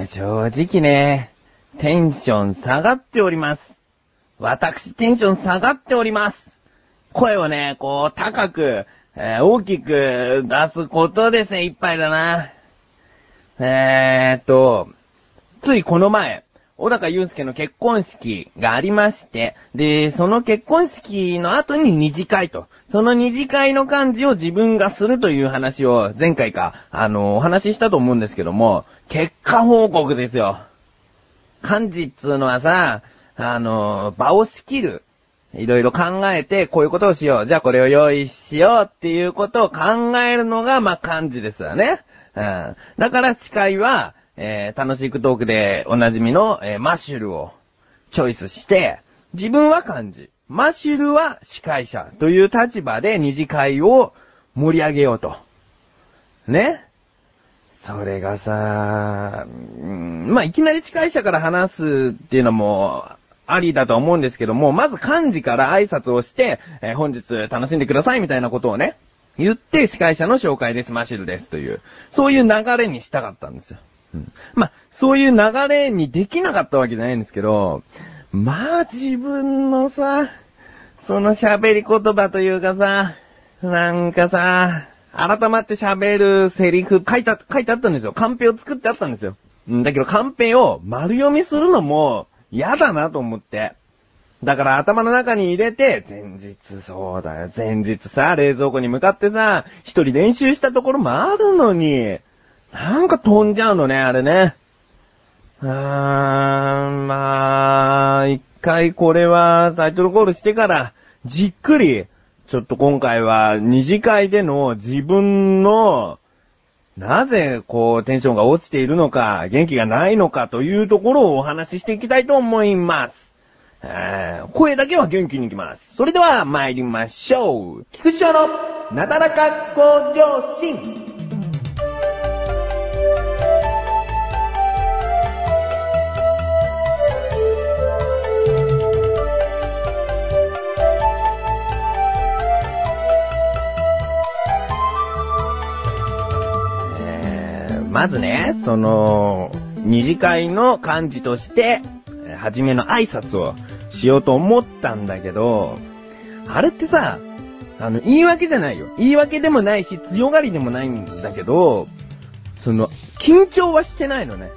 正直ね、テンション下がっております。私テンション下がっております。声をね、こう高く、大きく出すことで精一杯だな。ついこの前、小高祐介の結婚式がありまして、で、その結婚式の後に二次会と、その二次会の幹事を自分がするという話を前回か、お話ししたと思うんですけども、結果報告ですよ。幹事っつうのはさ、場を仕切る。いろいろ考えて、こういうことをしよう。じゃあこれを用意しようっていうことを考えるのが、幹事ですよね。だから司会は、楽しくトークでおなじみの、マッシュルをチョイスして、自分は幹事、マッシュルは司会者という立場で二次会を盛り上げようと。ね。それがさ、いきなり司会者から話すっていうのもありだと思うんですけども、まず幹事から挨拶をして、本日楽しんでくださいみたいなことをね、言って司会者の紹介です、マシルですという、そういう流れにしたかったんですよ。そういう流れにできなかったわけじゃないんですけど、自分のさ、その喋り言葉というかさ、なんかさ、改まって喋るセリフ書いてあったんですよ。カンペを作ってあったんですよ。だけどカンペを丸読みするのも嫌だなと思って。だから頭の中に入れて、前日さ、冷蔵庫に向かってさ、一人練習したところもあるのに、なんか飛んじゃうのね、あれね。一回これはタイトルコールしてから、じっくり、ちょっと今回は二次会での自分の、なぜテンションが落ちているのか、元気がないのかというところをお話ししていきたいと思います。声だけは元気にいきます。それでは参りましょう。菊池翔のなだらか向上心。まずね、二次会の幹事として、初めの挨拶をしようと思ったんだけど、あれってさ、言い訳じゃないよ。言い訳でもないし、強がりでもないんだけど、緊張はしてないのね。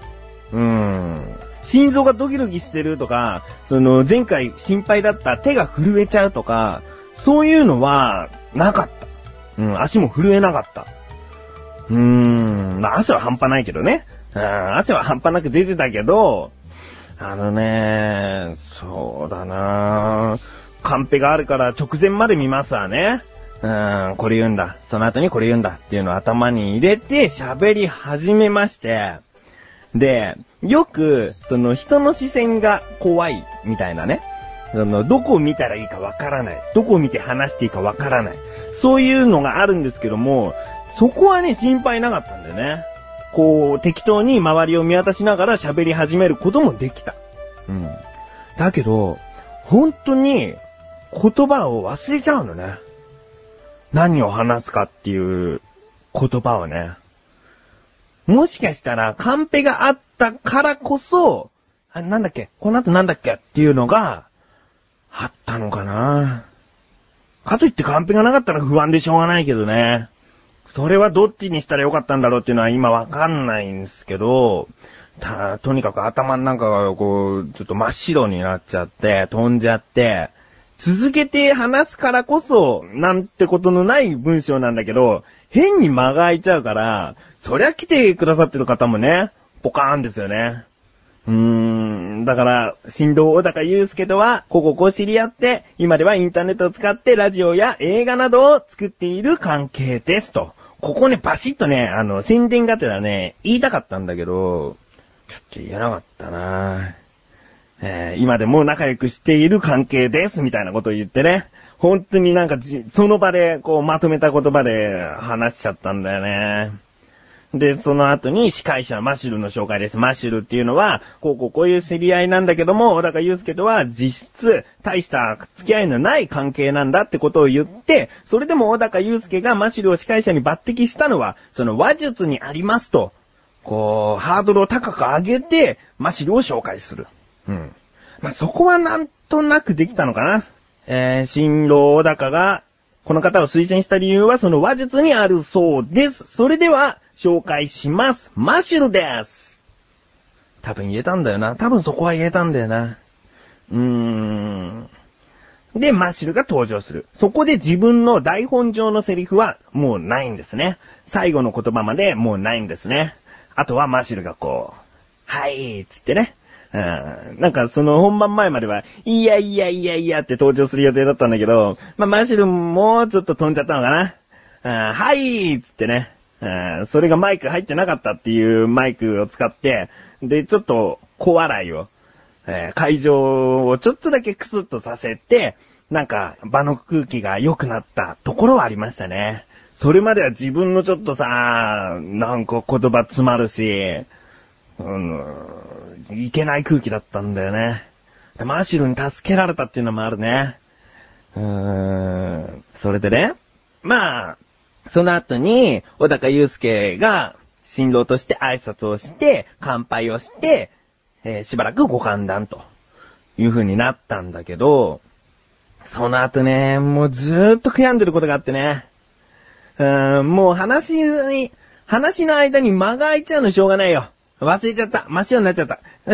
心臓がドキドキしてるとか、前回心配だった手が震えちゃうとか、そういうのはなかった。足も震えなかった。汗は半端ないけどね。汗は半端なく出てたけど、そうだなカンペがあるから直前まで見ますわね。これ言うんだ。その後にこれ言うんだっていうのを頭に入れて喋り始めまして。で、よく、人の視線が怖いみたいなね。どこを見たらいいかわからない。どこを見て話していいかわからない。そういうのがあるんですけども、そこはね、心配なかったんだよね。適当に周りを見渡しながら喋り始めることもできた。だけど、本当に言葉を忘れちゃうのね。何を話すかっていう言葉をね。もしかしたらカンペがあったからこそ、なんだっけこの後なんだっけっていうのがあったのかな。かといってカンペがなかったら不安でしょうがないけどね。それはどっちにしたらよかったんだろうっていうのは今わかんないんですけど、とにかく頭の中がちょっと真っ白になっちゃって、飛んじゃって、続けて話すからこそ、なんてことのない文章なんだけど、変に間が空いちゃうから、そりゃ来てくださってる方もね、ポカーンですよね。だから、新藤小高祐介とは、こう知り合って、今ではインターネットを使ってラジオや映画などを作っている関係ですと。ここね、バシッとね、宣伝がてらね、言いたかったんだけど、ちょっと言えなかったな今でも仲良くしている関係です、みたいなことを言ってね。本当になんか、その場で、まとめた言葉で話しちゃったんだよね。で、その後に司会者マシュルの紹介です。マシュルっていうのは、こういう知り合いなんだけども、小高祐介とは実質、大した付き合いのない関係なんだってことを言って、それでも小高祐介がマシュルを司会者に抜擢したのは、その話術にありますと、 こう、ハードルを高く上げて、マシルを紹介する。まあ、そこはなんとなくできたのかな。新郎小高が、この方を推薦した理由はその話術にあるそうです。それでは、紹介します。マシルです。多分言えたんだよな。多分そこは言えたんだよな。で、マシルが登場する。そこで自分の台本上のセリフはもうないんですね。最後の言葉までもうないんですね。あとはマシルがこう、はいつってね。なんかその本番前までは、いやって登場する予定だったんだけど、まあ、マシルもちょっと飛んじゃったのかな。はいつってね。それがマイク入ってなかったっていうマイクを使って、で、ちょっと小笑いを、会場をちょっとだけクスッとさせて、なんか場の空気が良くなったところはありましたね。それまでは自分のちょっとさ、なんか言葉詰まるし、いけない空気だったんだよね。マシルに助けられたっていうのもあるね。それでね、まあ、その後に、小高祐介が新郎として挨拶をして、乾杯をして、しばらくご歓談という風になったんだけど、その後ね、もうずーっと悔やんでることがあってね。もう話の間に間が空いちゃうのしょうがないよ。忘れちゃった。真っ白になっちゃった。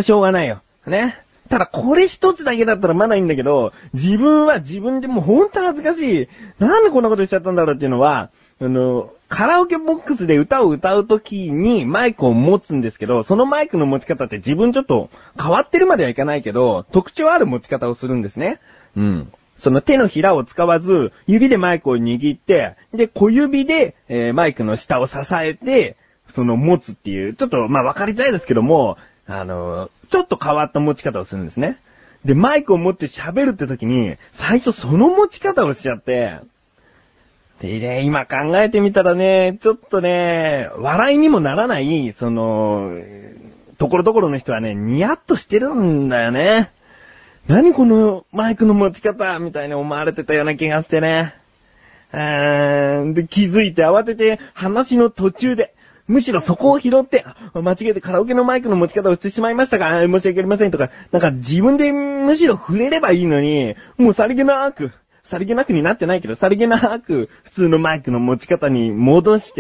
しょうがないよ。ね。ただこれ一つだけだったらまだいいんだけど、自分は自分でもうほんと恥ずかしい。なんでこんなことしちゃったんだろうっていうのは、カラオケボックスで歌を歌うときにマイクを持つんですけど、そのマイクの持ち方って自分ちょっと変わってるまではいかないけど、特徴ある持ち方をするんですね。その手のひらを使わず、指でマイクを握って、で、小指で、マイクの下を支えて、持つっていう、ちょっと、まあ、わかりたいですけども、ちょっと変わった持ち方をするんですね。で、マイクを持って喋るって時に、最初その持ち方をしちゃって、でね、今考えてみたらね、ちょっとね、笑いにもならない、ところどころの人はね、ニヤッとしてるんだよね。何このマイクの持ち方みたいに思われてたような気がしてね。で、気づいて慌てて話の途中で、むしろそこを拾って、間違えてカラオケのマイクの持ち方をしてしまいましたが、申し訳ありませんとか、なんか自分でむしろ触れればいいのに、もうさりげなくになってないけど、さりげなく普通のマイクの持ち方に戻して、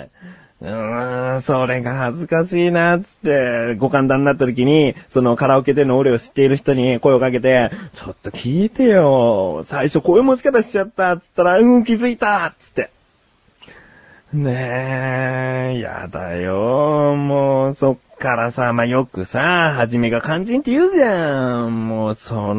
それが恥ずかしいな、つって、ご歓談になった時に、カラオケでの俺を知っている人に声をかけて、ちょっと聞いてよ、最初こういう持ち方しちゃった、つったら、気づいた、つって。ねえ、やだよ、もう、そっからさ、まあ、よくさ、はじめが肝心って言うじゃん、もう、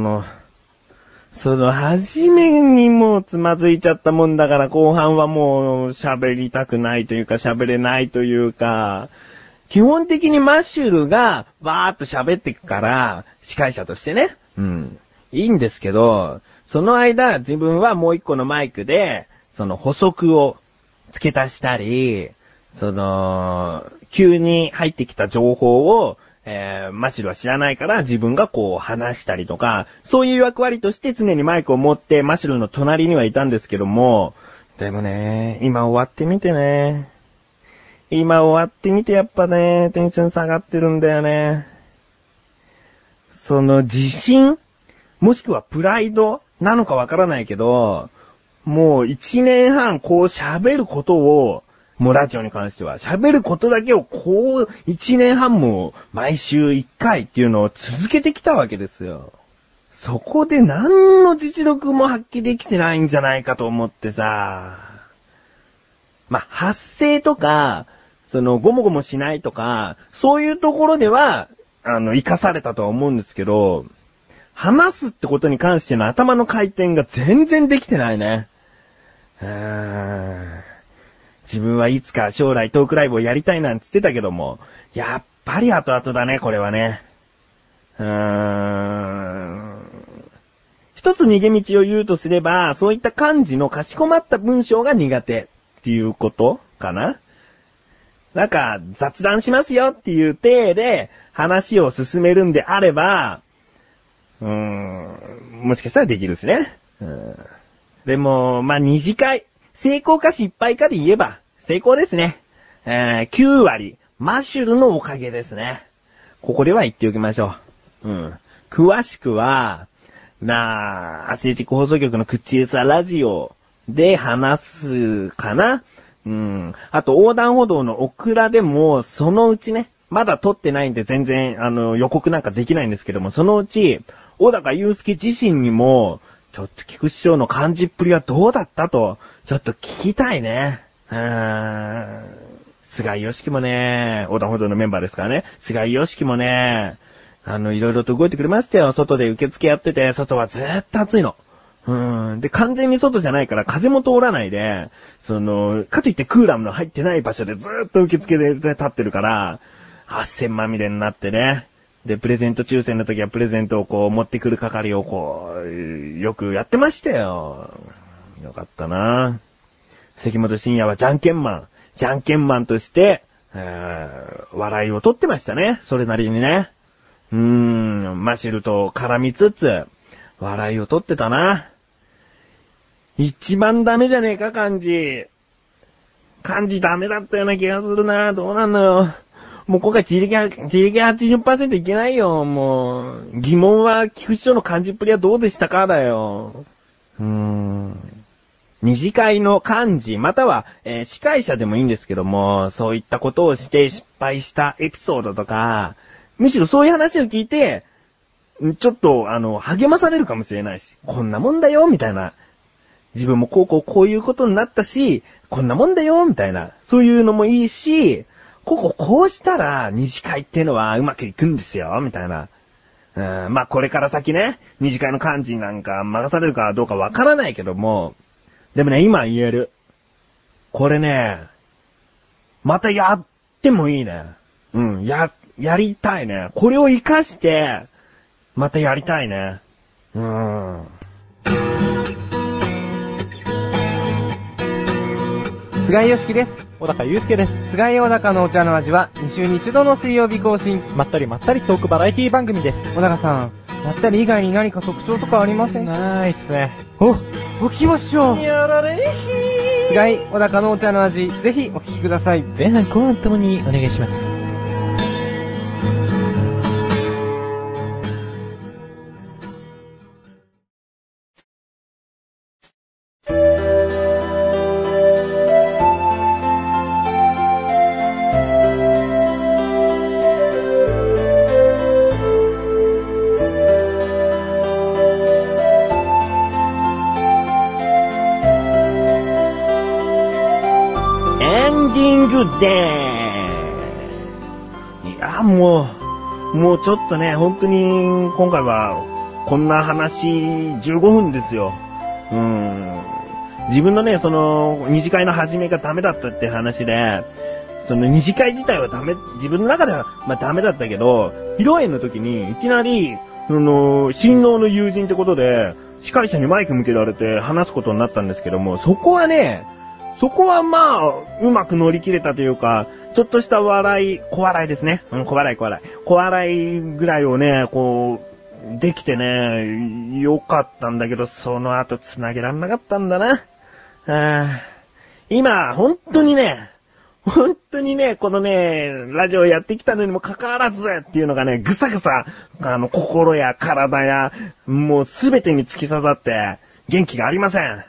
初めにもうつまずいちゃったもんだから後半はもう喋りたくないというか喋れないというか、基本的にマッシュルがバーっと喋ってくから司会者としてね、いいんですけど、その間自分はもう一個のマイクで補足を付け足したり、急に入ってきた情報をマシルは知らないから自分がこう話したりとか、そういう役割として常にマイクを持ってマシルの隣にはいたんですけども、でもね、今終わってみてやっぱね、テンション下がってるんだよね。自信もしくはプライドなのかわからないけど、もう1年半こう喋ることを、もうラジオに関しては喋ることだけをこう1年半も毎週1回っていうのを続けてきたわけですよ。そこで何の実力も発揮できてないんじゃないかと思ってさ。まあ、発声とか、ゴモゴモしないとか、そういうところでは、活かされたとは思うんですけど、話すってことに関しての頭の回転が全然できてないね。自分はいつか将来トークライブをやりたいなんて言ってたけども、やっぱり後々だね、これはね。一つ逃げ道を言うとすれば、そういった感じのかしこまった文章が苦手っていうことかな。なんか雑談しますよっていう体で話を進めるんであれば、もしかしたらできるですね。でも、まあ、二次会。成功か失敗かで言えば、成功ですね。9割、 マシュルのおかげですね。ここでは言っておきましょう。詳しくは、アスレチック放送局の口うさラジオで話すかな。あと横断歩道のオクラでも、そのうちね、まだ撮ってないんで全然、予告なんかできないんですけども、そのうち、小高祐介自身にも、ちょっと菊師匠の感じっぷりはどうだったと、ちょっと聞きたいね。菅井良樹もね、横断歩道のメンバーですからね、菅井良樹もね、いろいろと動いてくれましたよ。外で受付やってて、外はずーっと暑いの。で、完全に外じゃないから風も通らないで、かといってクーラーの入ってない場所でずーっと受付で立ってるから、8000まみれになってね。で、プレゼント抽選の時はプレゼントをこう持ってくる係をこう、よくやってましたよ。よかったな。関本慎也はじゃんけんマンとして、笑いを取ってましたね。それなりにね。マシュルと絡みつつ、笑いを取ってたな。一番ダメじゃねえか、漢字ダメだったような気がするな。どうなんのよ。もう今回自力 80% いけないよ。もう、疑問は、菊師匠の漢字っぷりはどうでしたかだよ。二次会の漢字、または、司会者でもいいんですけども、そういったことをして失敗したエピソードとか、むしろそういう話を聞いて、ちょっと、励まされるかもしれないし、こんなもんだよ、みたいな。自分もこういうことになったし、こんなもんだよ、みたいな。そういうのもいいし、こうしたら、二次会っていうのはうまくいくんですよ、みたいな。まあ、これから先ね、二次会の幹事なんか任されるかどうかわからないけども、でもね、今言える。これね、またやってもいいね。やりたいね。これを活かして、またやりたいね。 菅井良樹です。 小高祐介です。 菅井小高のお茶の味は2週に1度の水曜日更新。 まったりまったりトークバラエティ番組です。 小高さん、まったり以外に何か特徴とかありません？ ないっすね。 お聞きましょう。 やられひー。 菅井小高のお茶の味、ぜひお聞きください。 前半後半ともにお願いします。 でーす。いや、もうちょっとね、本当に今回はこんな話15分ですよ。自分のね、二次会の始めがダメだったって話で、二次会自体は自分の中ではダメだったけど、披露宴の時にいきなり、新郎の友人ってことで、司会者にマイク向けられて話すことになったんですけども、そこはまあ、うまく乗り切れたというか、ちょっとした小笑いですね。小笑いぐらいをね、できてね、よかったんだけど、その後繋げらんなかったんだな。今、本当にね、このね、ラジオやってきたのにもかかわらずっていうのがね、ぐさぐさ、心や体や、もうすべてに突き刺さって、元気がありません。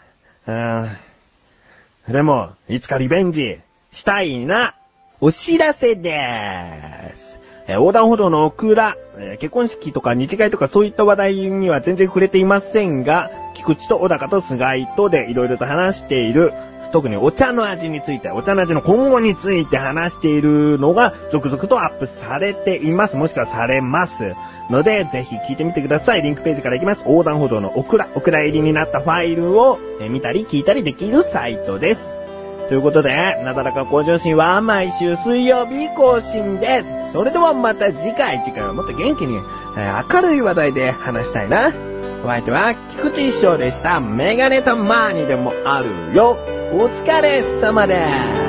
でも、いつかリベンジしたいな。お知らせでーす。横断歩道のオクラ、結婚式とか二次会とかそういった話題には全然触れていませんが、菊池と小高と菅井とでいろいろと話している、特にお茶の味について、お茶の味の今後について話しているのが続々とアップされています。もしくはされますので、ぜひ聞いてみてください。リンクページから行きます。横断歩道のオクラ入りになったファイルを見たり聞いたりできるサイトです。ということで、なだらか向上心は毎週水曜日更新です。それではまた次回はもっと元気に、明るい話題で話したいな。お相手は菊池師匠でした。メガネたまーにでもあるよ。お疲れ様です。